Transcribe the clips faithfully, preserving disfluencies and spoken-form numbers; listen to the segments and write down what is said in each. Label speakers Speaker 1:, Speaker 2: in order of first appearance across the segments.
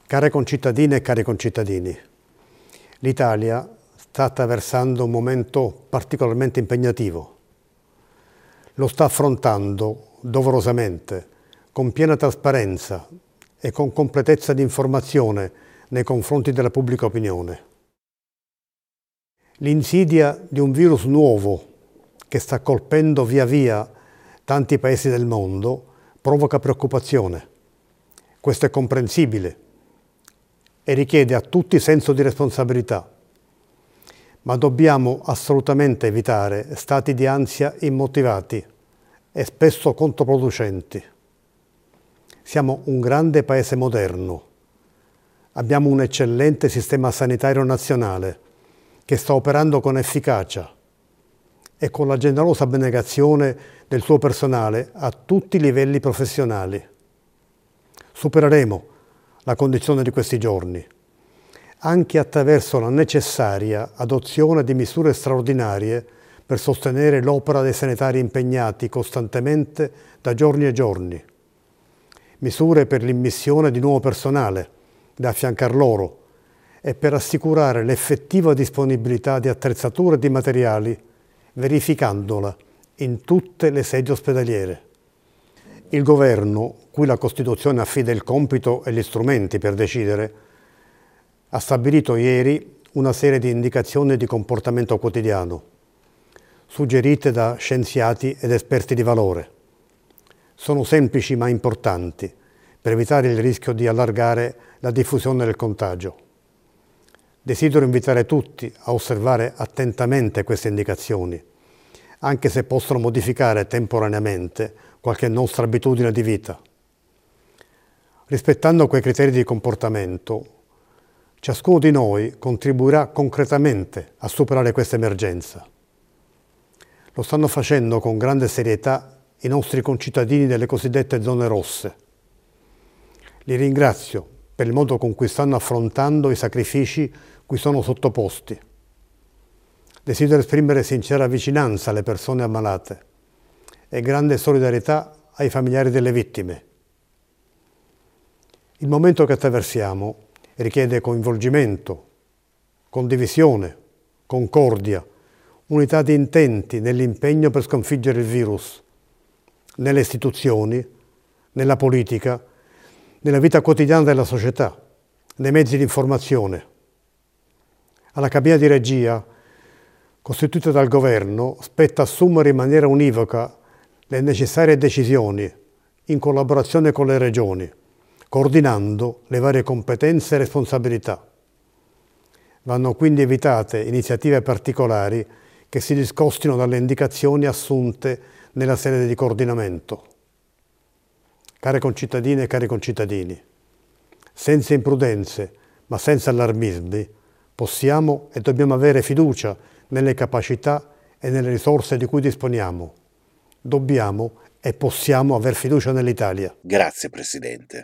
Speaker 1: Care concittadine e cari concittadini, l'Italia sta attraversando un momento particolarmente impegnativo. Lo sta affrontando doverosamente, con piena trasparenza e con completezza di informazione nei confronti della pubblica opinione. L'insidia di un virus nuovo che sta colpendo via via tanti paesi del mondo provoca preoccupazione. Questo è comprensibile e richiede a tutti senso di responsabilità. Ma dobbiamo assolutamente evitare stati di ansia immotivati e spesso controproducenti. Siamo un grande paese moderno. Abbiamo un eccellente sistema sanitario nazionale che sta operando con efficacia e con la generosa abnegazione del suo personale a tutti i livelli professionali. Supereremo la condizione di questi giorni, anche attraverso la necessaria adozione di misure straordinarie per sostenere l'opera dei sanitari impegnati costantemente da giorni e giorni. Misure per l'immissione di nuovo personale da affiancare loro e per assicurare l'effettiva disponibilità di attrezzature e di materiali, verificandola in tutte le sedi ospedaliere. Il governo, cui la Costituzione affida il compito e gli strumenti per decidere, ha stabilito ieri una serie di indicazioni di comportamento quotidiano, suggerite da scienziati ed esperti di valore. Sono semplici ma importanti per evitare il rischio di allargare la diffusione del contagio. Desidero invitare tutti a osservare attentamente queste indicazioni, anche se possono modificare temporaneamente qualche nostra abitudine di vita. Rispettando quei criteri di comportamento, ciascuno di noi contribuirà concretamente a superare questa emergenza. Lo stanno facendo con grande serietà i nostri concittadini delle cosiddette zone rosse. Li ringrazio per il modo con cui stanno affrontando i sacrifici cui sono sottoposti. Desidero esprimere sincera vicinanza alle persone ammalate e grande solidarietà ai familiari delle vittime. Il momento che attraversiamo richiede coinvolgimento, condivisione, concordia, unità di intenti nell'impegno per sconfiggere il virus, nelle istituzioni, nella politica, nella vita quotidiana della società, nei mezzi di informazione. Alla cabina di regia, costituita dal governo, spetta assumere in maniera univoca le necessarie decisioni in collaborazione con le regioni, coordinando le varie competenze e responsabilità. Vanno quindi evitate iniziative particolari che si discostino dalle indicazioni assunte nella sede di coordinamento. Care concittadine e cari concittadini, senza imprudenze ma senza allarmismi, possiamo e dobbiamo avere fiducia nelle capacità e nelle risorse di cui disponiamo. Dobbiamo e possiamo aver fiducia nell'Italia.
Speaker 2: Grazie Presidente.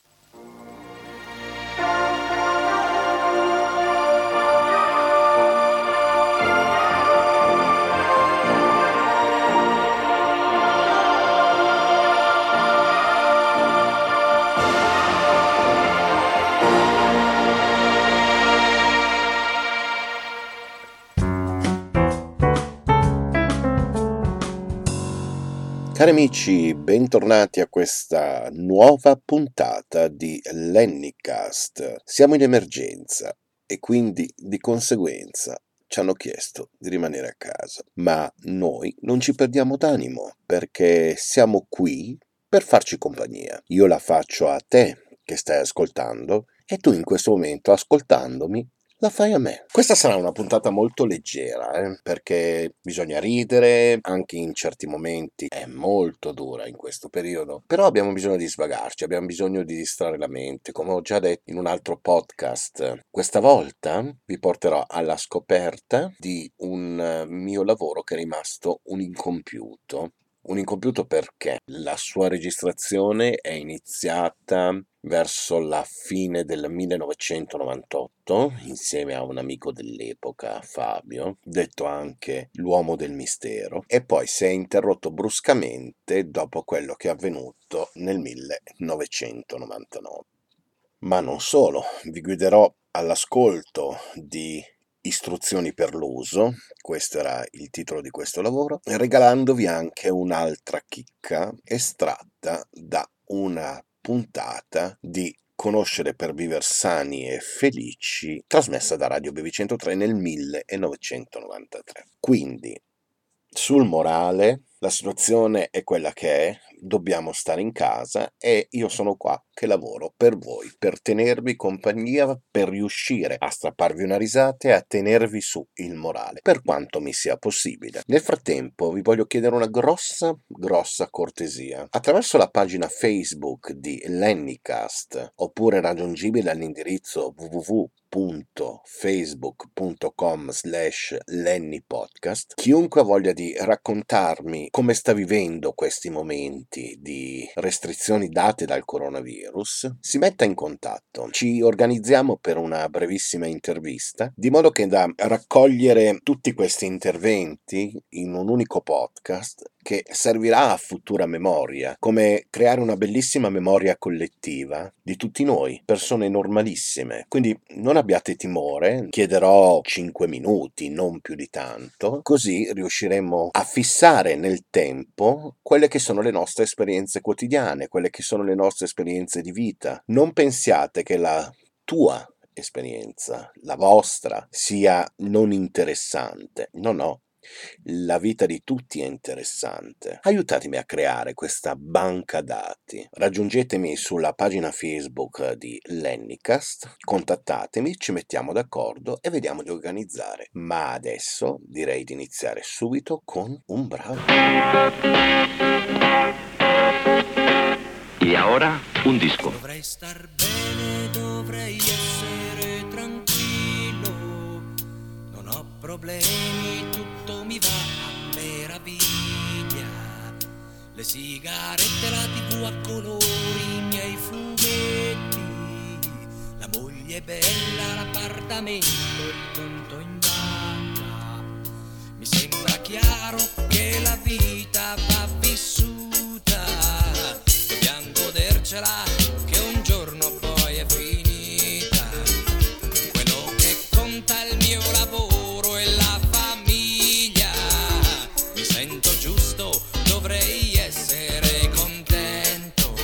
Speaker 2: Cari amici, bentornati a questa nuova puntata di LennyCast. Siamo in emergenza e quindi di conseguenza ci hanno chiesto di rimanere a casa. Ma noi non ci perdiamo d'animo perché siamo qui per farci compagnia. Io la faccio a te che stai ascoltando e tu in questo momento ascoltandomi la fai a me. Questa sarà una puntata molto leggera, eh, perché bisogna ridere, anche in certi momenti è molto dura in questo periodo, però abbiamo bisogno di svagarci, abbiamo bisogno di distrarre la mente, come ho già detto in un altro podcast. Questa volta vi porterò alla scoperta di un eh, mio lavoro che è rimasto un incompiuto. Un incompiuto perché la sua registrazione è iniziata verso la fine del millenovecentonovantotto insieme a un amico dell'epoca, Fabio, detto anche l'uomo del mistero, e poi si è interrotto bruscamente dopo quello che è avvenuto nel millenovecentonovantanove. Ma non solo, vi guiderò all'ascolto di istruzioni per l'uso, questo era il titolo di questo lavoro, regalandovi anche un'altra chicca estratta da una puntata di Conoscere per vivere sani e felici, trasmessa da Radio B B centotré nel millenovecentonovantatré. Quindi, sul morale, la situazione è quella che è, dobbiamo stare in casa e io sono qua che lavoro per voi, per tenervi compagnia, per riuscire a strapparvi una risata e a tenervi su il morale, per quanto mi sia possibile. Nel frattempo vi voglio chiedere una grossa, grossa cortesia. Attraverso la pagina Facebook di Lennycast, oppure raggiungibile all'indirizzo w w w punto facebook punto com slash lennypodcast, chiunque ha voglia di raccontarmi come sta vivendo questi momenti di restrizioni date dal coronavirus, si metta in contatto. Ci organizziamo per una brevissima intervista, di modo che da raccogliere tutti questi interventi in un unico podcast che servirà a futura memoria, come creare una bellissima memoria collettiva di tutti noi, persone normalissime. Quindi non abbiate timore, chiederò cinque minuti, non più di tanto, così riusciremo a fissare nel tempo quelle che sono le nostre esperienze quotidiane, quelle che sono le nostre esperienze di vita. Non pensiate che la tua esperienza, la vostra, sia non interessante. No, no. La vita di tutti è interessante. Aiutatemi a creare questa banca dati. Raggiungetemi sulla pagina Facebook di Lennycast, contattatemi, ci mettiamo d'accordo e vediamo di organizzare. Ma adesso direi di iniziare subito con un brano.
Speaker 3: E ora un disco.
Speaker 4: Dovrei star bene, dovrei essere tranquillo, non ho problemi, tutto mi va a meraviglia. Le sigarette, la tivù a colori, i miei fumetti, la moglie bella, l'appartamento, il conto in banca. Mi sembra chiaro che la vita va vissuta, dobbiamo godercela, che un giorno poi è finita. Quello che conta è il mio lavoro e la famiglia. Mi sento giusto, dovrei essere contento.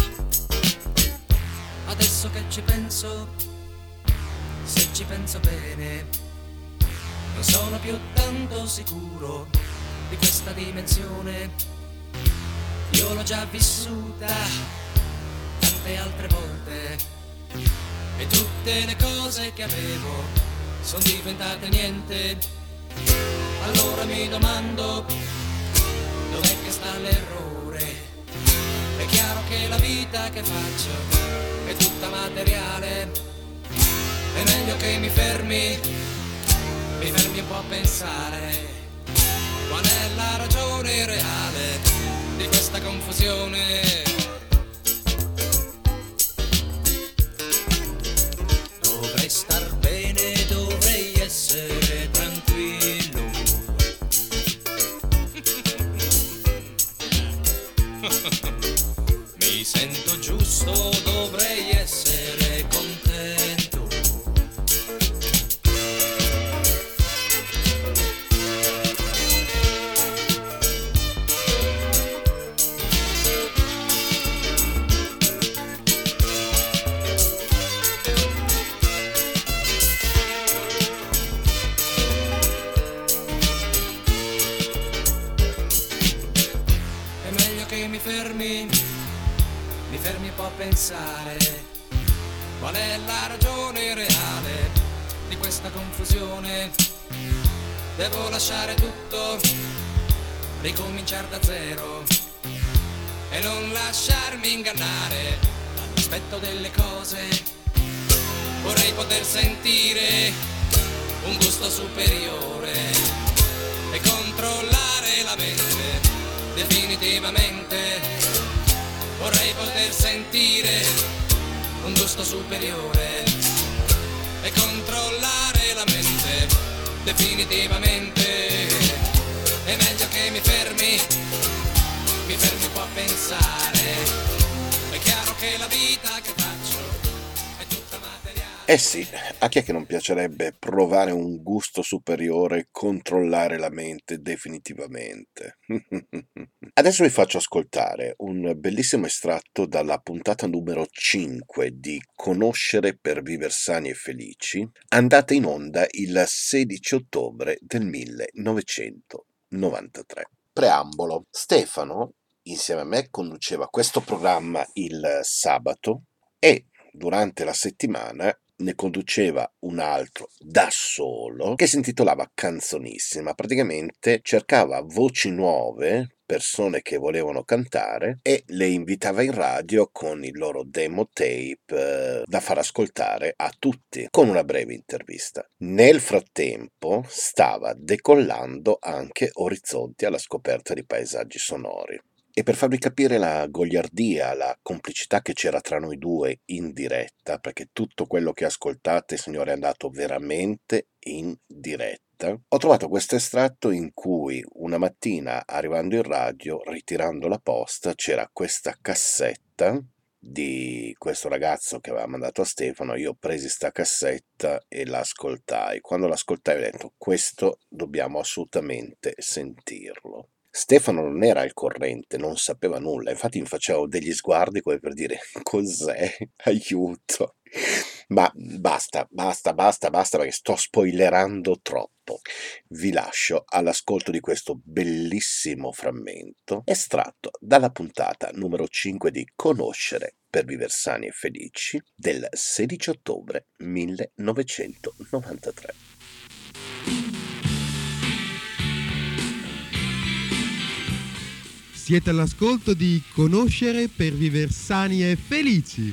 Speaker 4: Adesso che ci penso, se ci penso bene, non sono più tanto sicuro di questa dimensione. Io l'ho già vissuta tante altre volte e tutte le cose che avevo sono diventate niente. Allora mi domando, dov'è che sta l'errore? È chiaro che la vita che faccio è tutta materiale. È meglio che mi fermi, mi fermi un po' a pensare qual è la ragione reale di questa confusione. Dovrei star bene, dovrei essere tranquillo. Mi sento giusto, dovrei essere contento. Mi fermi, mi fermi un po' a pensare qual è la ragione reale di questa confusione. Devo lasciare tutto, ricominciare da zero e non lasciarmi ingannare dall'aspetto delle cose. Vorrei poter sentire un gusto superiore e controllare la mente definitivamente. Vorrei poter sentire un gusto superiore e controllare la mente definitivamente. È meglio che mi fermi, mi fermi un po' a pensare. È chiaro che la vita che faccio
Speaker 2: Eh sì, a chi è che non piacerebbe provare un gusto superiore e controllare la mente definitivamente? Adesso vi faccio ascoltare un bellissimo estratto dalla puntata numero cinque di Conoscere per viver sani e felici, andata in onda il sedici ottobre del millenovecentonovantatré. Preambolo. Stefano, insieme a me, conduceva questo programma il sabato e durante la settimana ne conduceva un altro da solo che si intitolava Canzonissima. Praticamente cercava voci nuove, persone che volevano cantare, e le invitava in radio con il loro demo tape eh, da far ascoltare a tutti, con una breve intervista. Nel frattempo stava decollando anche Orizzonti alla scoperta di paesaggi sonori. E per farvi capire la goliardia, la complicità che c'era tra noi due in diretta, perché tutto quello che ascoltate, signore, è andato veramente in diretta, ho trovato questo estratto in cui una mattina, arrivando in radio, ritirando la posta, c'era questa cassetta di questo ragazzo che aveva mandato a Stefano. Io presi sta cassetta e l'ascoltai. Quando l'ascoltai ho detto: questo dobbiamo assolutamente sentirlo. Stefano non era al corrente, non sapeva nulla, infatti mi facevo degli sguardi come per dire: cos'è? Aiuto! Ma basta, basta, basta, basta, perché sto spoilerando troppo. Vi lascio all'ascolto di questo bellissimo frammento estratto dalla puntata numero cinque di Conoscere per viver sani e felici del sedici ottobre millenovecentonovantatré.
Speaker 3: Siete all'ascolto di Conoscere per viver sani e felici.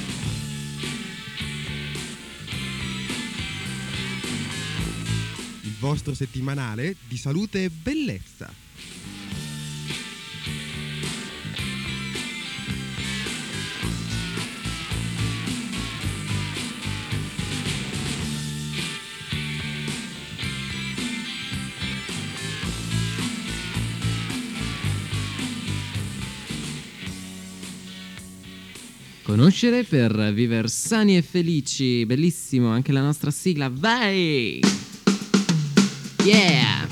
Speaker 3: Il vostro settimanale di salute e bellezza.
Speaker 5: Conoscere per viver sani e felici. Bellissimo, anche la nostra sigla. Vai! Yeah!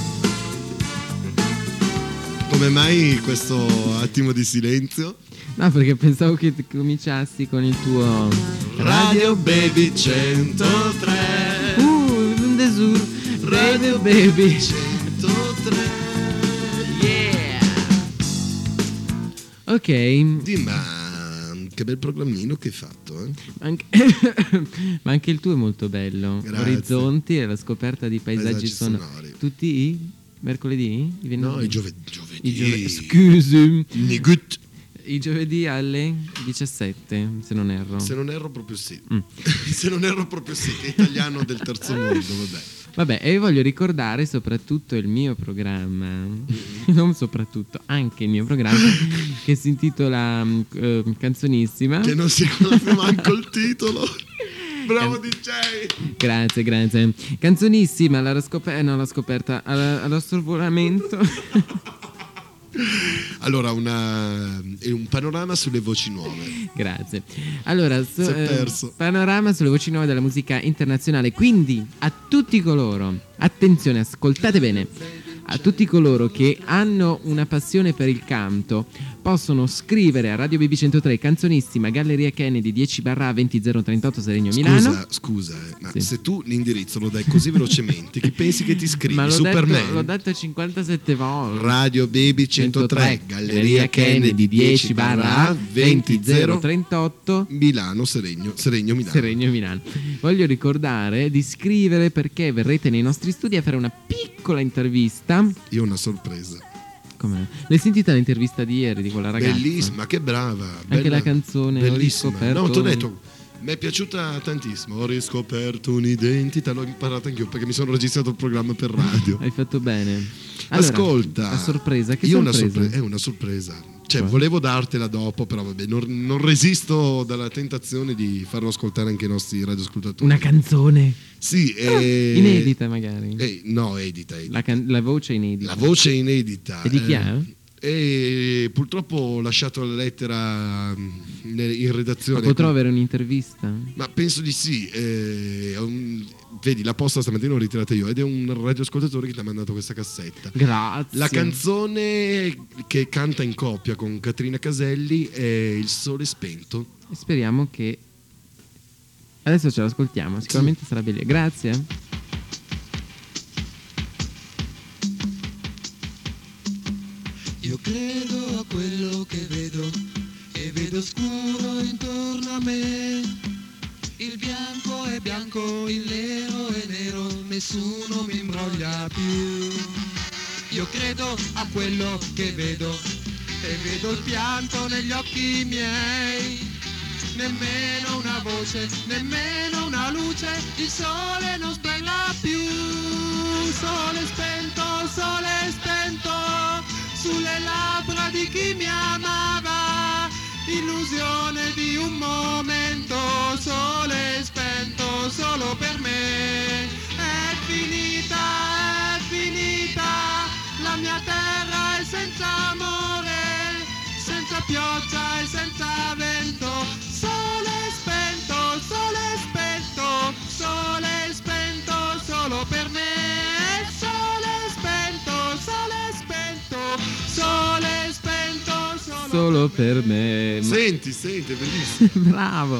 Speaker 3: Come mai questo attimo di silenzio?
Speaker 5: No, perché pensavo che cominciassi con il tuo
Speaker 3: Radio Baby centotré.
Speaker 5: Uh, un desur. Radio Baby
Speaker 3: centotré.
Speaker 5: Yeah! Ok.
Speaker 3: Di ma che bel programmino che hai fatto, eh?
Speaker 5: Anche ma anche il tuo è molto bello.
Speaker 3: Grazie.
Speaker 5: Orizzonti e la scoperta di paesaggi,
Speaker 3: Paesaggi
Speaker 5: sono-
Speaker 3: sonori.
Speaker 5: Tutti i mercoledì? I venerdì?
Speaker 3: No, i giove- giovedì.
Speaker 5: I giove- Scusi.
Speaker 3: Nigut.
Speaker 5: I giovedì alle diciassette, se non erro.
Speaker 3: Se non erro proprio sì.
Speaker 5: Mm.
Speaker 3: Se non erro proprio sì, che è italiano del terzo mondo, vabbè.
Speaker 5: Vabbè, e voglio ricordare soprattutto il mio programma, non soprattutto, anche il mio programma, che si intitola mm, eh, Canzonissima.
Speaker 3: Che non si conosce manco il titolo. Bravo D J.
Speaker 5: Grazie, grazie. Canzonissima, alla scoperta, no, alla scoperta, alla- allo sorvolamento.
Speaker 3: Allora, una, è un panorama sulle voci nuove.
Speaker 5: Grazie. Allora, so-
Speaker 3: Si è
Speaker 5: eh,
Speaker 3: perso.
Speaker 5: panorama sulle voci nuove della musica internazionale. Quindi, a tutti coloro, attenzione, ascoltate bene, a tutti coloro che hanno una passione per il canto, possono scrivere a Radio B B centotré, Canzonissima, Galleria Kennedy dieci barra venti zero trentotto Seregno Milano.
Speaker 3: Scusa, scusa, eh, ma
Speaker 5: Sì.
Speaker 3: se tu l'indirizzo lo dai così velocemente, che pensi che ti scrivi?
Speaker 5: Ma l'ho
Speaker 3: Superman.
Speaker 5: detto, l'ho detto cinquantasette volte.
Speaker 3: Radio Baby centotré, Galleria Kennedy dieci barra venti zero
Speaker 5: trentotto
Speaker 3: Milano, Seregno, Seregno Milano.
Speaker 5: Seregno Milano. Voglio ricordare di scrivere perché verrete nei nostri studi a fare una piccola intervista.
Speaker 3: Io ho una sorpresa.
Speaker 5: Com'è? L'hai sentita l'intervista di ieri di quella ragazza?
Speaker 3: Bellissima, che brava.
Speaker 5: Anche
Speaker 3: bella-
Speaker 5: la canzone Ho
Speaker 3: bellissima.
Speaker 5: riscoperto.
Speaker 3: No, ti ho detto, mi è piaciuta tantissimo. Ho riscoperto un'identità, l'ho imparata anch'io perché mi sono registrato il programma per radio.
Speaker 5: Hai fatto bene. Allora,
Speaker 3: Ascolta,
Speaker 5: la sorpresa, che
Speaker 3: io ho una
Speaker 5: sorpresa?
Speaker 3: sorpresa, è una sorpresa. Cioè,
Speaker 5: Cioè?
Speaker 3: volevo dartela dopo, però vabbè, non, non resisto dalla tentazione di farlo ascoltare anche ai nostri radioascoltatori.
Speaker 5: Una canzone
Speaker 3: Sì, è...
Speaker 5: inedita magari.
Speaker 3: eh, no, edita, edita.
Speaker 5: La, can- la voce inedita.
Speaker 3: La voce è inedita.
Speaker 5: E di chi
Speaker 3: eh,
Speaker 5: è?
Speaker 3: E purtroppo ho lasciato la lettera in redazione.
Speaker 5: Ma potrò avere un'intervista?
Speaker 3: Ma penso di sì. Eh, un, vedi, la posta stamattina l'ho ritirata io ed è un radioascoltatore che ti ha mandato questa cassetta.
Speaker 5: Grazie.
Speaker 3: La canzone che canta in coppia con Caterina Caselli è Il sole spento.
Speaker 5: E speriamo che adesso ce l'ascoltiamo, sicuramente sì. Sarà bella. Grazie.
Speaker 6: Io credo a quello che vedo e vedo scuro intorno a me. Il bianco è bianco, il nero è nero, nessuno mi imbroglia più. Io credo a quello che vedo e vedo il pianto negli occhi miei. Nemmeno una voce, nemmeno una luce, il sole non splenda più. Sole spento, sole spento, sulle labbra di chi mi amava, illusione di un momento, sole spento solo per me. È finita, è finita, la mia terra è senza amore, senza pioggia e senza vento, sole spento, sole spento, sole spento solo per me. Sole spento, sole spento, sole spento solo,
Speaker 5: solo per me. Ma...
Speaker 3: Senti, senti, è bellissimo.
Speaker 5: Bravo.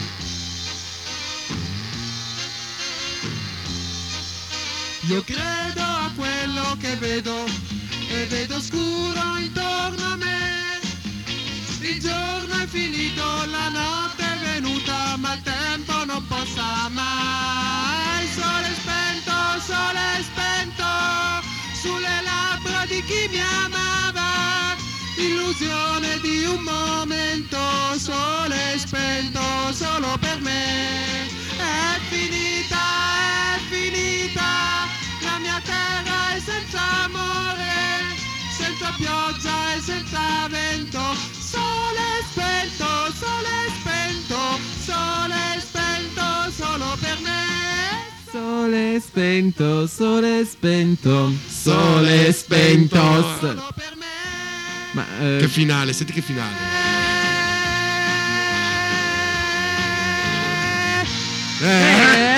Speaker 6: Io credo a quello che vedo e vedo scuro intorno a me. Il giorno è finito, la notte è venuta, ma il tempo non passa mai. Sole spento, sole spento, sulle labbra di chi mi amava, illusione di un momento, sole spento solo per me. È finita, è finita, la mia terra è senza amore, senza pioggia e senza vento, sole spento, sole spento, sole spento solo per me.
Speaker 5: Sole spento, sole spento, sole spento
Speaker 6: solo per me.
Speaker 5: Ma eh...
Speaker 3: che finale, senti che finale.
Speaker 5: Eh.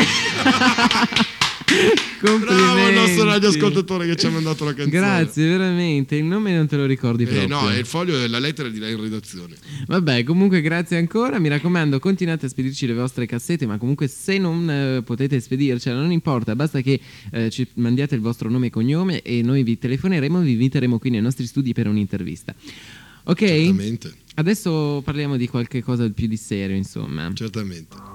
Speaker 3: Bravo il nostro radioascoltatore che ci ha mandato la canzone.
Speaker 5: Grazie, veramente. Il nome non te lo ricordi
Speaker 3: eh,
Speaker 5: proprio.
Speaker 3: No, è il foglio della lettera di là in redazione.
Speaker 5: Vabbè, comunque grazie ancora. Mi raccomando, continuate a spedirci le vostre cassette, ma comunque se non eh, potete spedircela, non importa, basta che eh, ci mandiate il vostro nome e cognome e noi vi telefoneremo e vi inviteremo qui nei nostri studi per un'intervista. Ok?
Speaker 3: Certamente.
Speaker 5: Adesso parliamo di qualche cosa più di serio, insomma.
Speaker 3: Certamente.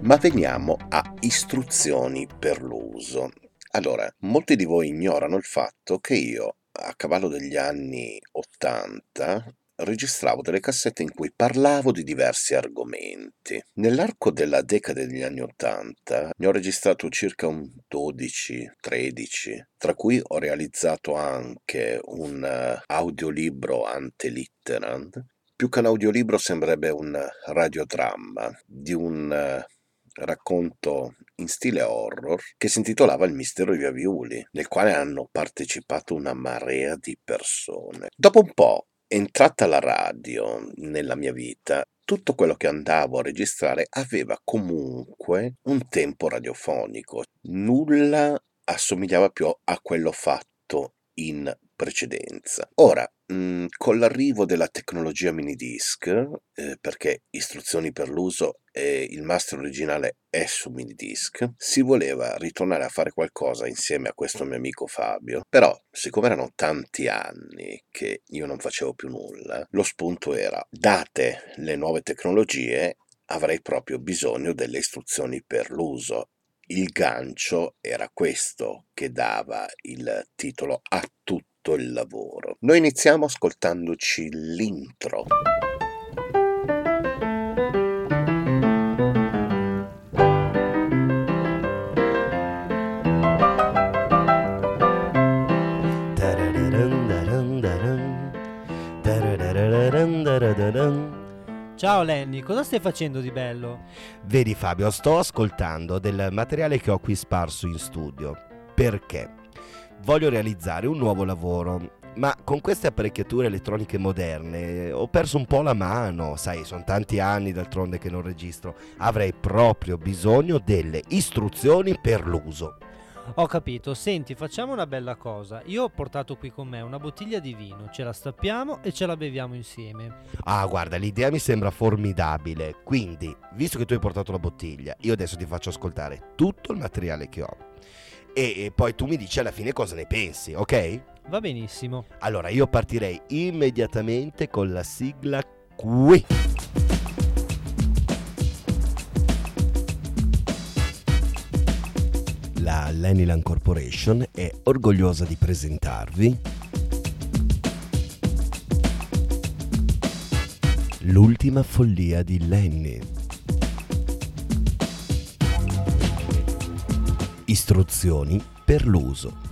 Speaker 2: Ma veniamo a istruzioni per l'uso. Allora, molti di voi ignorano il fatto che io, a cavallo degli anni ottanta, registravo delle cassette in cui parlavo di diversi argomenti. Nell'arco della decade degli anni ottanta ne ho registrato circa un dodici tredici, tra cui ho realizzato anche un uh, audiolibro ante litteram. Più che un audiolibro sembrerebbe un radiodramma di un uh, racconto in stile horror che si intitolava Il mistero di Via Viuli, nel quale hanno partecipato una marea di persone. Dopo un po', entrata la radio nella mia vita, tutto quello che andavo a registrare aveva comunque un tempo radiofonico. Nulla assomigliava più a quello fatto in precedenza. Ora, mh, con l'arrivo della tecnologia minidisc, eh, perché istruzioni per l'uso e il master originale è su minidisc, si voleva ritornare a fare qualcosa insieme a questo mio amico Fabio, però siccome erano tanti anni che io non facevo più nulla, lo spunto era, date le nuove tecnologie, avrei proprio bisogno delle istruzioni per l'uso. Il gancio era questo che dava il titolo a tutto il lavoro. Noi iniziamo ascoltandoci l'intro.
Speaker 7: Ciao Lenny, cosa stai facendo di bello?
Speaker 8: Vedi Fabio, sto ascoltando del materiale che ho qui sparso in studio. Perché? Voglio realizzare un nuovo lavoro, ma con queste apparecchiature elettroniche moderne ho perso un po' la mano. Sai, sono tanti anni d'altronde che non registro. Avrei proprio bisogno delle istruzioni per l'uso.
Speaker 7: Ho capito, senti, facciamo una bella cosa. Io ho portato qui con me una bottiglia di vino, ce la stappiamo e ce la beviamo insieme.
Speaker 8: Ah, guarda, l'idea mi sembra formidabile. Quindi, visto che tu hai portato la bottiglia, io adesso ti faccio ascoltare tutto il materiale che ho. E, e poi tu mi dici alla fine cosa ne pensi, ok?
Speaker 7: Va benissimo.
Speaker 8: Allora, io partirei immediatamente con la sigla qui. La Lennyland Corporation è orgogliosa di presentarvi L'ultima follia di Lenny. Istruzioni per l'uso.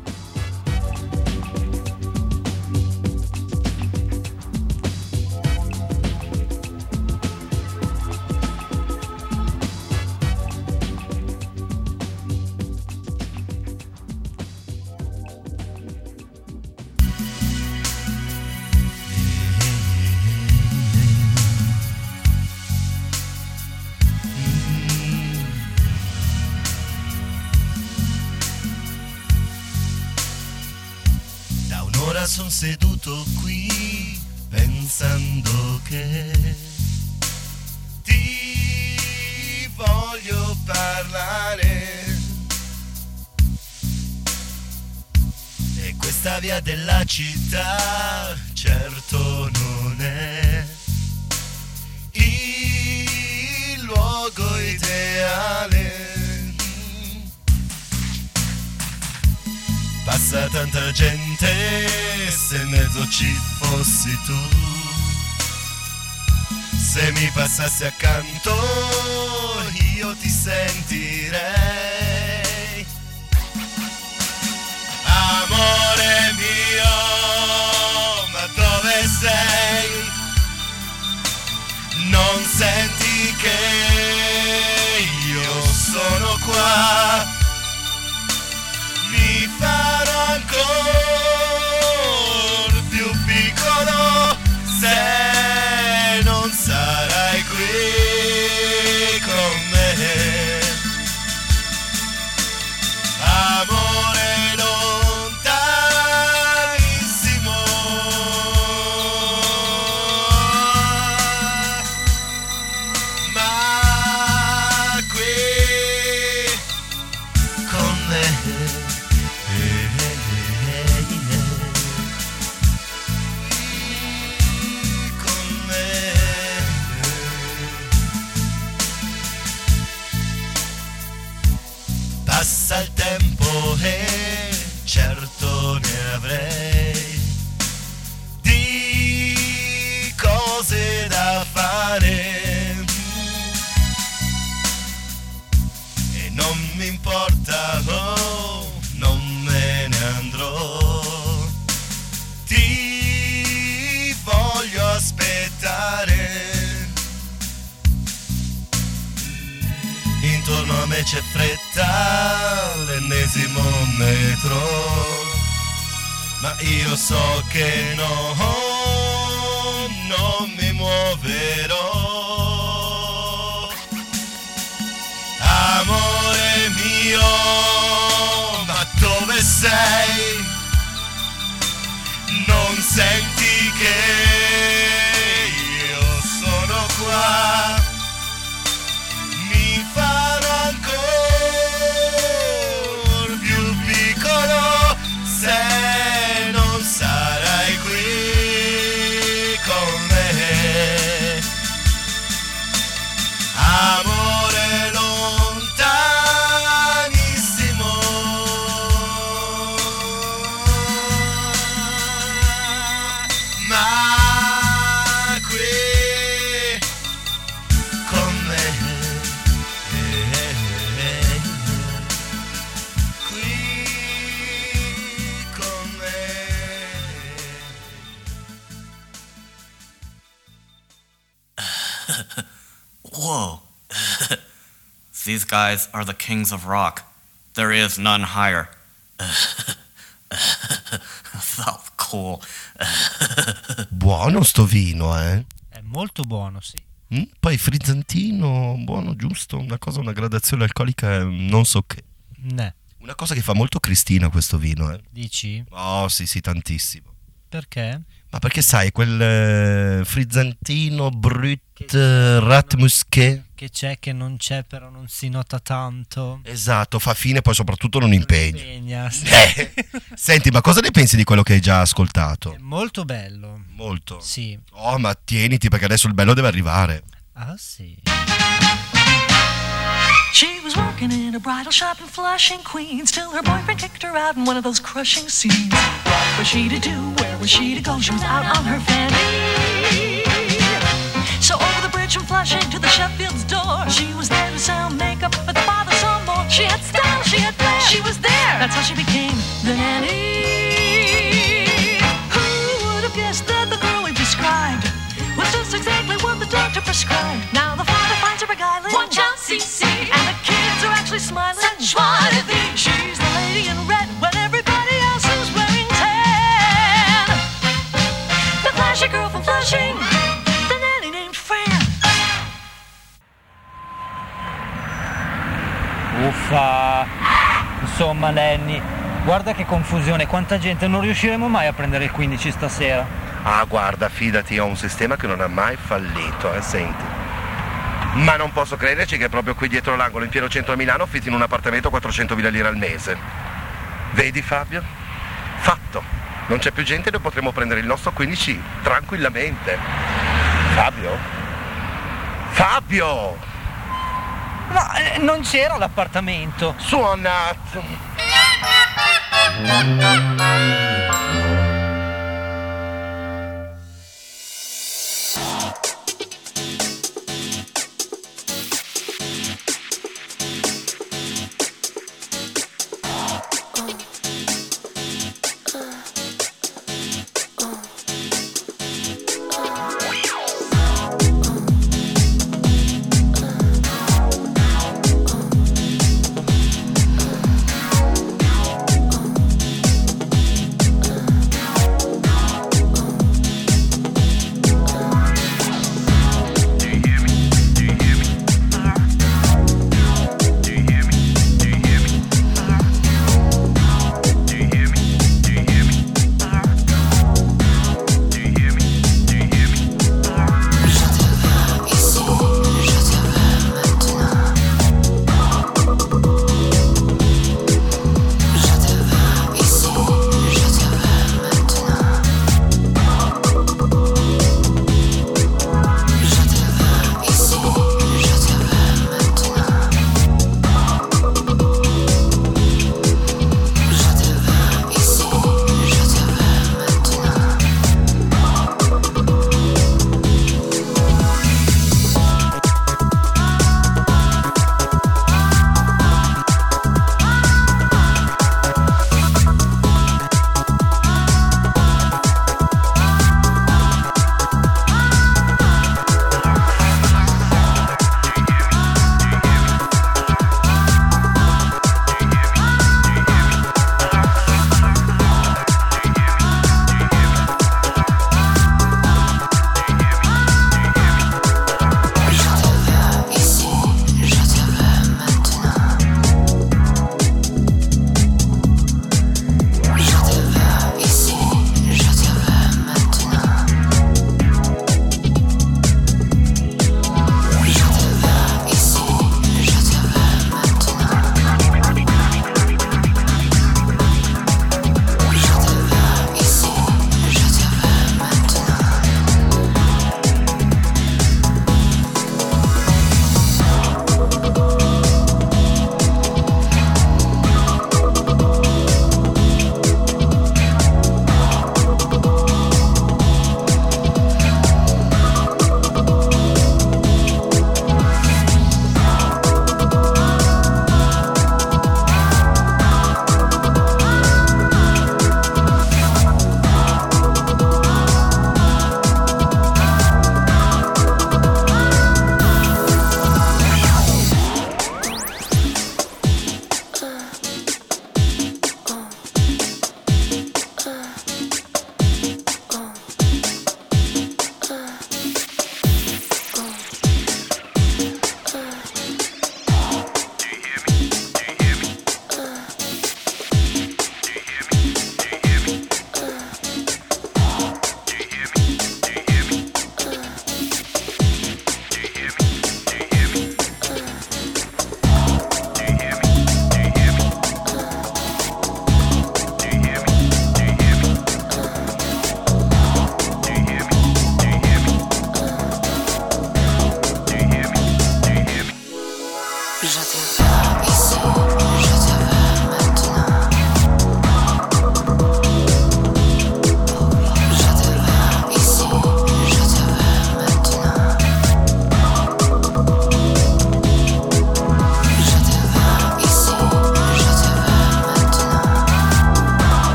Speaker 6: Sono seduto qui pensando che ti voglio parlare e questa via della città certo non è il luogo ideale. Passa tanta gente, se in mezzo ci fossi tu, se mi passassi accanto io ti sentirei. Amore mio, ma dove sei? Non senti che io sono qua? Mi farò ancora più piccolo se non sarai qui con me. Amore lontanissimo, ma qui
Speaker 8: che c'è fretta, l'ennesimo metro, ma io so che no, non mi muoverò. Amore mio, ma dove sei? Non senti che io sono qua? Mi farò ancora più piccolo se non sarai qui con me. Amore lontanissimo, ma qui con me, qui con me.
Speaker 9: Whoa. These guys are the kings of rock. There is none higher. Felt cool.
Speaker 8: Buono sto vino, eh?
Speaker 7: È molto buono, sì.
Speaker 8: Mm? Poi frizzantino, buono, giusto, una cosa, una gradazione alcolica, eh, non so che.
Speaker 7: Ne.
Speaker 8: Una cosa che fa molto Cristina questo vino, eh?
Speaker 7: Dici?
Speaker 8: Oh, sì, sì, tantissimo.
Speaker 7: Perché?
Speaker 8: Ma perché sai, quel eh, frizzantino brut eh, rat musqué.
Speaker 7: Che c'è, che non c'è, però non si nota tanto.
Speaker 8: Esatto, fa fine, poi soprattutto non impegna.
Speaker 7: Impegna, sì.
Speaker 8: Eh, senti, ma cosa ne pensi di quello che hai già ascoltato?
Speaker 7: È molto bello.
Speaker 8: Molto?
Speaker 7: Sì.
Speaker 8: Oh, ma tieniti, perché adesso il bello deve arrivare.
Speaker 7: Ah, sì.
Speaker 10: She was working in a bridal shop in Flushing, Queens, till her boyfriend kicked her out in one of those crushing scenes. What was she to do? Where was she to go? She was out on her fanny. So over the bridge from Flushing to the Sheffield's door, she was there to sell makeup, but the father saw more. She had style, she had flair, she was there. That's how she became the nanny. Who would have guessed that the girl we've described was just exactly what the doctor prescribed? Now the father finds her beguiling. Watch out, C C. And the kids are actually smiling. Such what a thing. She's the lady in red when everybody else is wearing tan. The flashy girl from Flushing, the nanny named Fran.
Speaker 11: Uffa. Insomma, Lenny, guarda che confusione, quanta gente, non riusciremo mai a prendere il quindici stasera.
Speaker 8: Ah, guarda, fidati, ho un sistema che non ha mai fallito, eh, senti. Ma non posso crederci che proprio qui dietro l'angolo, in pieno centro a Milano, affitti in un appartamento quattrocentomila lire al mese. Vedi, Fabio? Fatto. Non c'è più gente e noi potremo prendere il nostro quindici tranquillamente. Fabio? Fabio!
Speaker 11: Ma eh, non c'era l'appartamento.
Speaker 8: Suonato.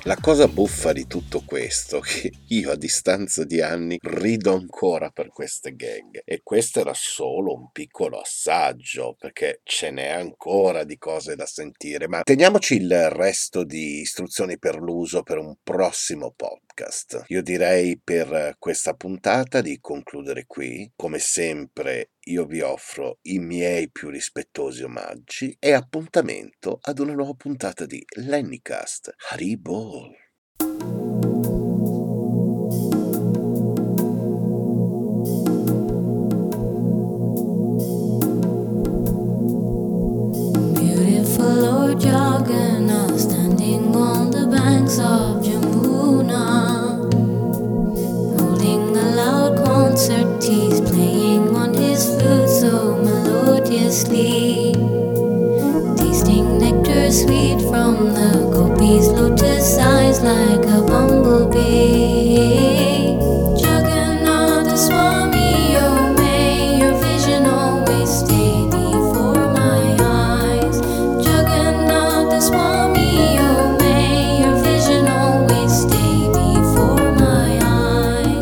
Speaker 2: La cosa buffa di tutto questo è che io a distanza di anni rido ancora per queste gag, e questo era solo un piccolo assaggio, perché ce n'è ancora di cose da sentire, ma teniamoci il resto di istruzioni per l'uso per un prossimo podcast. Io direi per questa puntata di concludere qui. Come sempre io vi offro i miei più rispettosi omaggi e appuntamento ad una nuova puntata di Lennycast. Haribol!
Speaker 12: Beautiful Lord Jagannath standing on the banks of Jamuna, holding a loud concert, he's playing on his flute so melodiously, tasting nectar sweet from the gopi's lotus eyes like a bumblebee. Jagannatha Swami, oh may your vision always stay before my eyes. Jagannatha Swami, oh may your vision always stay before my eyes.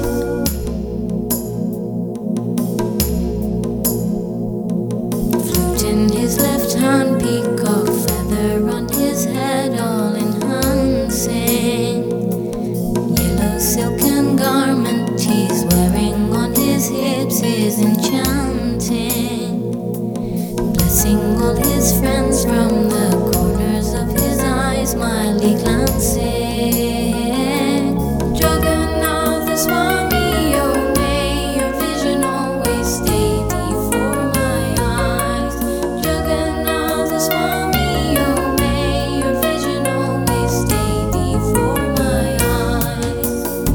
Speaker 12: Flute in his left hand, peacock feather on his head, all enhancing. Yellow silken garment he's wearing on his hips is enchanting, blessing all his friends from the corners of his eyes, mildly glancing. Jagannatha Swami, oh may your vision always stay before my eyes. Jagannatha Swami, oh may your vision always stay before my eyes.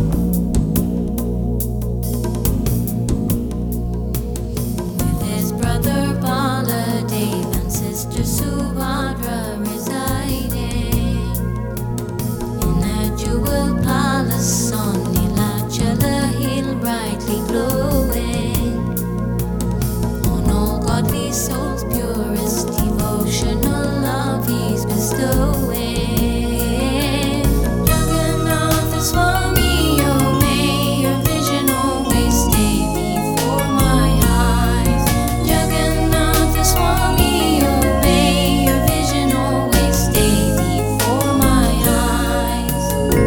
Speaker 12: With his brother Baladev and sister Subhadra residing in a jewel palace on Nilachala hill, brightly glowing, on all godly souls purest devotional love he's bestowing. Jagannatha Swami, oh may your vision always stay before my eyes. Jagannatha Swami, oh may your vision always stay before my eyes.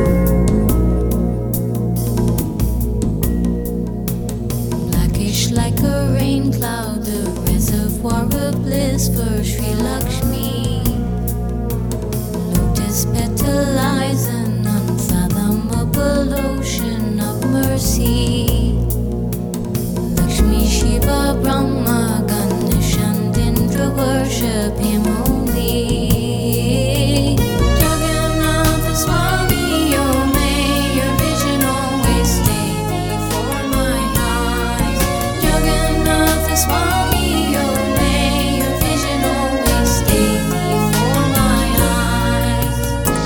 Speaker 12: Blackish like a rain cloud, the reservoir of bliss for Sri Lakshmi. Lotus petal eyes, an unfathomable ocean of mercy. Lakshmi, Shiva, Brahma, Ganesh and Indra worship him only. Jagannatha Swami, oh may your vision always stay before my eyes. Jagannatha Swami, oh may your vision always stay before my eyes.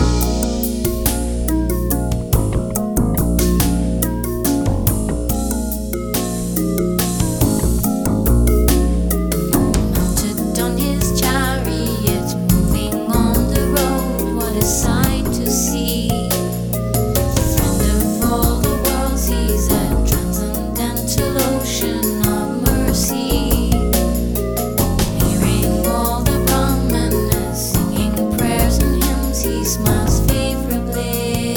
Speaker 12: Mounted on his chariot, moving on the road, what a sight to see. Friend of all the worlds, he's a transcendental ocean of mercy. Hearing all the Brahmanas singing prayers and hymns, he smiles favorably.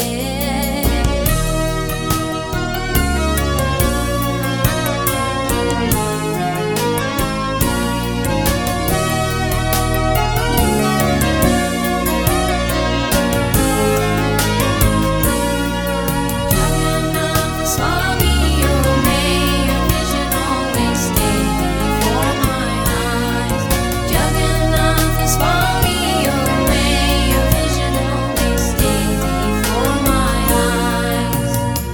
Speaker 12: Jagannatha Swami, oh may your vision always stay before my eyes. Jagannatha Swami, oh may your vision always stay before my eyes.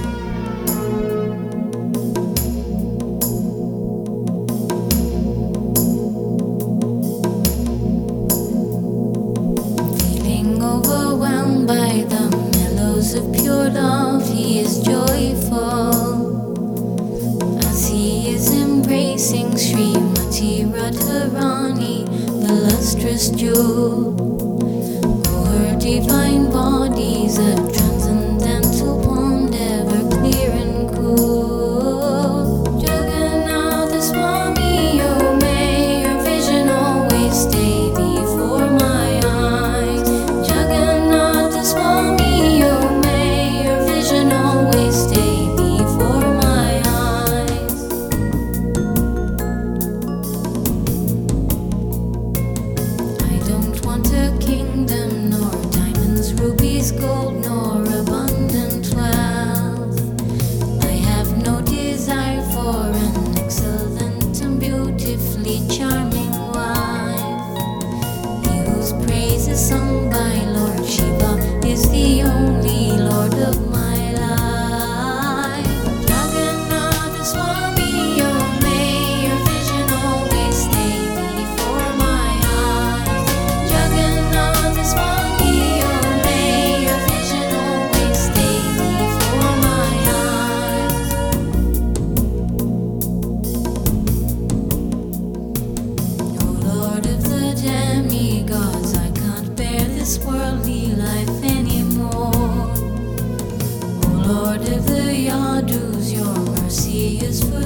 Speaker 12: Feeling overwhelmed by the mellows of pure love, he is joyful as he is embracing Srimati Radharani, the lustrous jewel. Oh, her divine body's a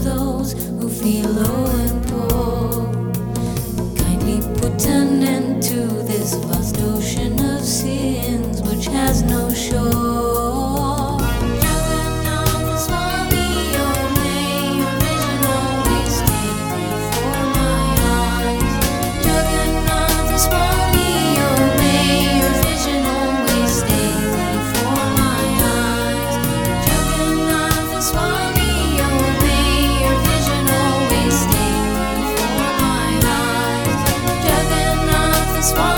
Speaker 12: those who feel low and poor. Kindly put an end to this vast ocean of sins which has no shore. Jagannath Swami, oh may your vision always stay before my eyes. Jagannath Swami, oh may your vision always stay before my eyes. Jagannath Swami, oh may your vision always stay before my eyes. Jagannath Swami.